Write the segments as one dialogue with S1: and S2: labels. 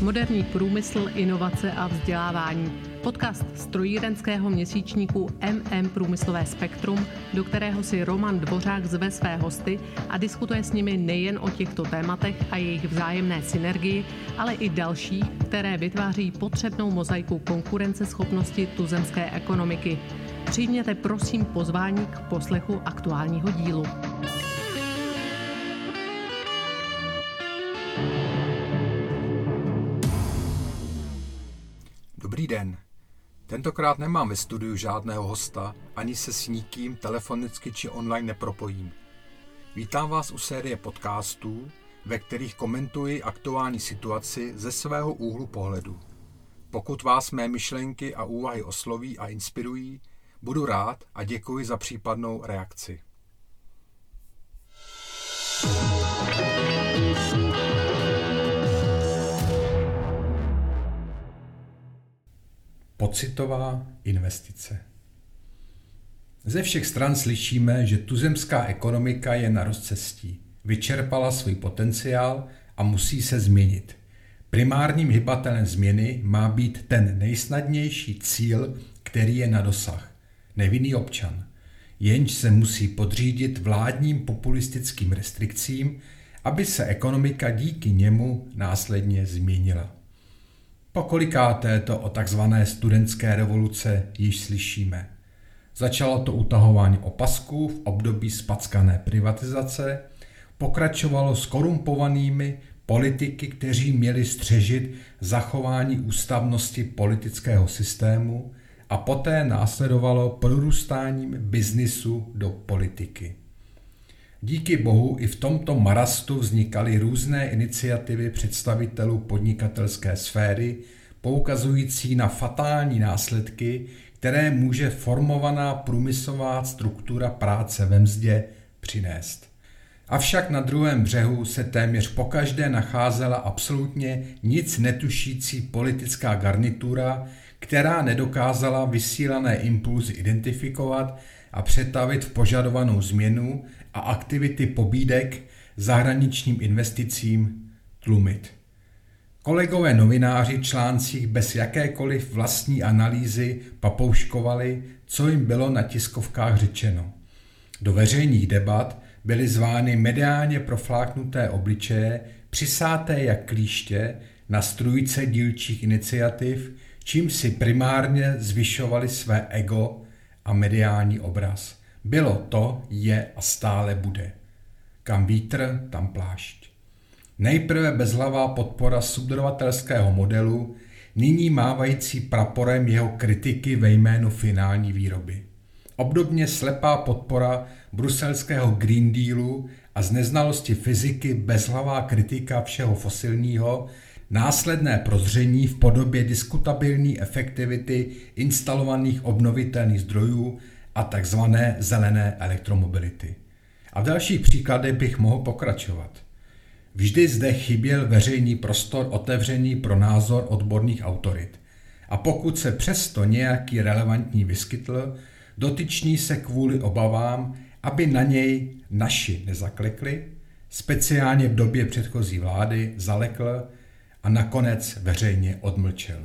S1: Moderní průmysl, inovace a vzdělávání. Podcast strojírenského měsíčníku Průmyslové spektrum, do kterého si Roman Dvořák zve své hosty a diskutuje s nimi nejen o těchto tématech a jejich vzájemné synergii, ale i další, které vytváří potřebnou mozaiku konkurenceschopnosti tuzemské ekonomiky. Přijměte prosím pozvání k poslechu aktuálního dílu.
S2: Dobrý den. Tentokrát nemám ve studiu žádného hosta, ani se s nikým telefonicky či online nepropojím. Vítám vás u série podcastů, ve kterých komentuji aktuální situaci ze svého úhlu pohledu. Pokud vás mé myšlenky a úvahy osloví a inspirují, budu rád a děkuji za případnou reakci. Pocitová investice. Ze všech stran slyšíme, že tuzemská ekonomika je na rozcestí, vyčerpala svůj potenciál a musí se změnit. Primárním hybatelem změny má být ten nejsnadnější cíl, který je na dosah. Nevinný občan, jenž se musí podřídit vládním populistickým restrikcím, aby se ekonomika díky němu následně změnila. Pokolikáté to o takzvané studentské revoluce již slyšíme. Začalo to utahování opasků v období zpackané privatizace, pokračovalo s korumpovanými politiky, kteří měli střežit zachování ústavnosti politického systému, a poté následovalo prorůstáním biznisu do politiky. Díky bohu i v tomto marastu vznikaly různé iniciativy představitelů podnikatelské sféry, poukazující na fatální následky, které může formovaná průmyslová struktura práce ve mzdě přinést. Avšak na druhém břehu se téměř pokaždé nacházela absolutně nic netušící politická garnitura, která nedokázala vysílané impulzy identifikovat a přetavit v požadovanou změnu a aktivity pobídek zahraničním investicím tlumit. Kolegové novináři v článcích bez jakékoliv vlastní analýzy papouškovali, co jim bylo na tiskovkách řečeno. Do veřejných debat byly zvány mediálně profláknuté obličeje, přisáté jak klíště na strůjce dílčích iniciativ, čím si primárně zvyšovali své ego a mediální obraz. Bylo to, je a stále bude. Kam vítr, tam plášť. Nejprve bezhlavá podpora subdodavatelského modelu, nyní mávající praporem jeho kritiky ve jménu finální výroby. Obdobně slepá podpora bruselského Green Dealu a z neznalosti fyziky bezhlavá kritika všeho fosilního, následné prozření v podobě diskutabilní efektivity instalovaných obnovitelných zdrojů a tzv. Zelené elektromobility. A v dalších příkladech bych mohl pokračovat. Vždy zde chyběl veřejný prostor otevřený pro názor odborných autorit. A pokud se přesto nějaký relevantní vyskytl, dotyčný se kvůli obavám, aby na něj naši nezaklekli, speciálně v době předchozí vlády zalekl a nakonec veřejně odmlčel.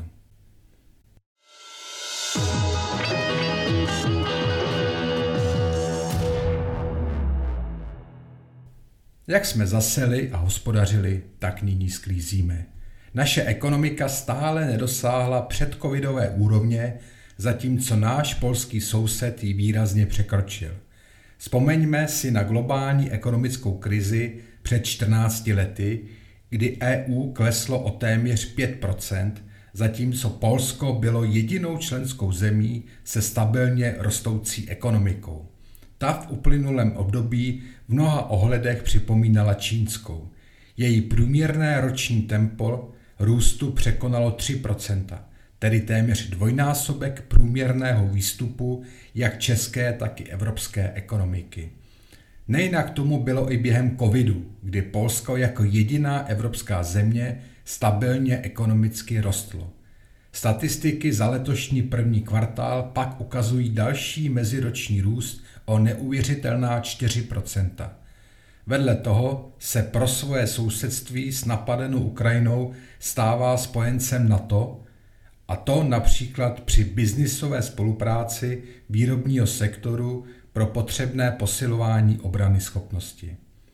S2: Jak jsme zaseli a hospodařili, tak nyní sklízíme. Naše ekonomika stále nedosáhla předcovidové úrovně, zatímco náš polský soused ji výrazně překročil. Vzpomeňme si na globální ekonomickou krizi před 14 lety, kdy EU kleslo o téměř 5%, zatímco Polsko bylo jedinou členskou zemí se stabilně rostoucí ekonomikou. Ta v uplynulém období v mnoha ohledech připomínala čínskou. Její průměrné roční tempo růstu překonalo 3%, tedy téměř dvojnásobek průměrného výstupu jak české, tak i evropské ekonomiky. Nejinak tomu bylo i během covidu, kdy Polsko jako jediná evropská země stabilně ekonomicky rostlo. Statistiky za letošní první kvartál pak ukazují další meziroční růst o neuvěřitelná 4%. Vedle toho se pro svoje sousedství s napadenou Ukrajinou stává spojencem NATO, a to například při biznisové spolupráci výrobního sektoru pro potřebné posilování obranyschopnosti.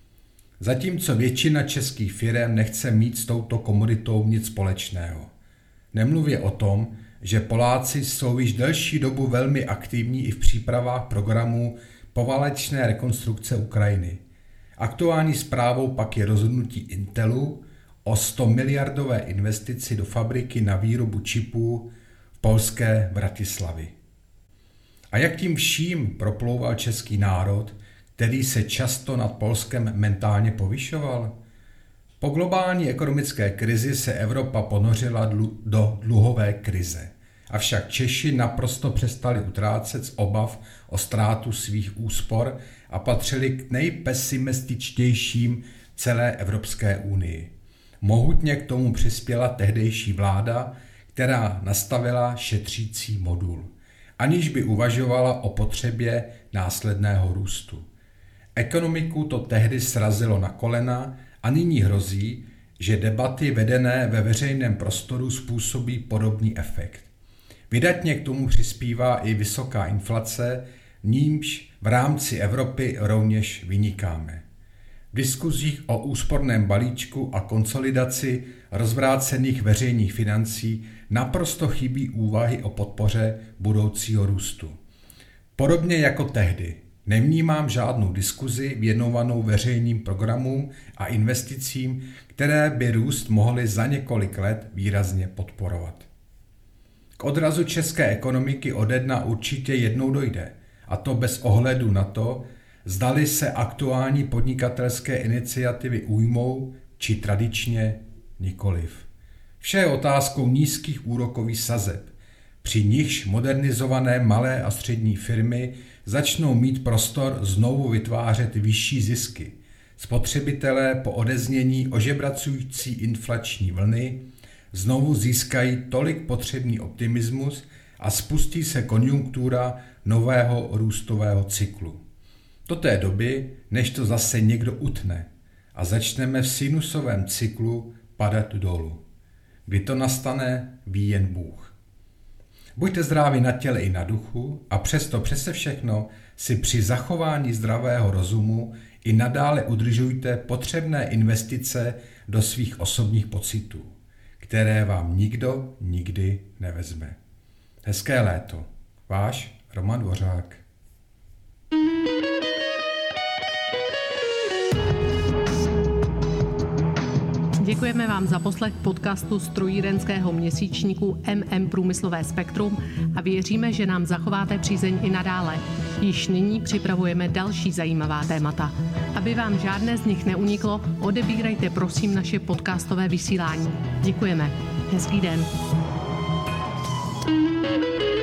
S2: Zatímco většina českých firem nechce mít s touto komoditou nic společného. Nemluvě o tom, že Poláci jsou již delší dobu velmi aktivní i v přípravách programů poválečné rekonstrukce Ukrajiny. Aktuální zprávou pak je rozhodnutí Intelu o 100 miliardové investici do fabriky na výrobu čipů v polské Vratislavi. A jak tím vším proplouval český národ, který se často nad Polskem mentálně povyšoval? Po globální ekonomické krizi se Evropa ponořila do dluhové krize. Avšak Češi naprosto přestali utrácet z obav o ztrátu svých úspor a patřili k nejpesimističtějším celé Evropské unii. Mohutně k tomu přispěla tehdejší vláda, která nastavila šetřící modul, aniž by uvažovala o potřebě následného růstu. Ekonomiku to tehdy srazilo na kolena a nyní hrozí, že debaty vedené ve veřejném prostoru způsobí podobný efekt. Vydatně k tomu přispívá i vysoká inflace, nímž v rámci Evropy rovněž vynikáme. V diskuzích o úsporném balíčku a konsolidaci rozvrácených veřejných financí naprosto chybí úvahy o podpoře budoucího růstu. Podobně jako tehdy nevnímám žádnou diskuzi věnovanou veřejným programům a investicím, které by růst mohly za několik let výrazně podporovat. K odrazu české ekonomiky ode dna určitě jednou dojde, a to bez ohledu na to, zdali se aktuální podnikatelské iniciativy ujmou, či tradičně nikoliv. Vše je otázkou nízkých úrokových sazeb, při nichž modernizované malé a střední firmy začnou mít prostor znovu vytvářet vyšší zisky. Spotřebitelé po odeznění ožebracující inflační vlny znovu získají tolik potřebný optimismus a spustí se konjunktura nového růstového cyklu. Do té doby, než to zase někdo utne a začneme v sinusovém cyklu padat dolů. Kdy to nastane, ví jen Bůh. Buďte zdraví na těle i na duchu a přesto přese všechno si při zachování zdravého rozumu i nadále udržujte potřebné investice do svých osobních pocitů, které vám nikdo nikdy nevezme. Hezké léto. Váš Roman Dvořák.
S1: Děkujeme vám za poslech podcastu strojírenského měsíčníku Průmyslové spektrum a věříme, že nám zachováte přízeň i nadále. Již nyní připravujeme další zajímavá témata. Aby vám žádné z nich neuniklo, odebírejte prosím naše podcastové vysílání. Děkujeme. Hezký den.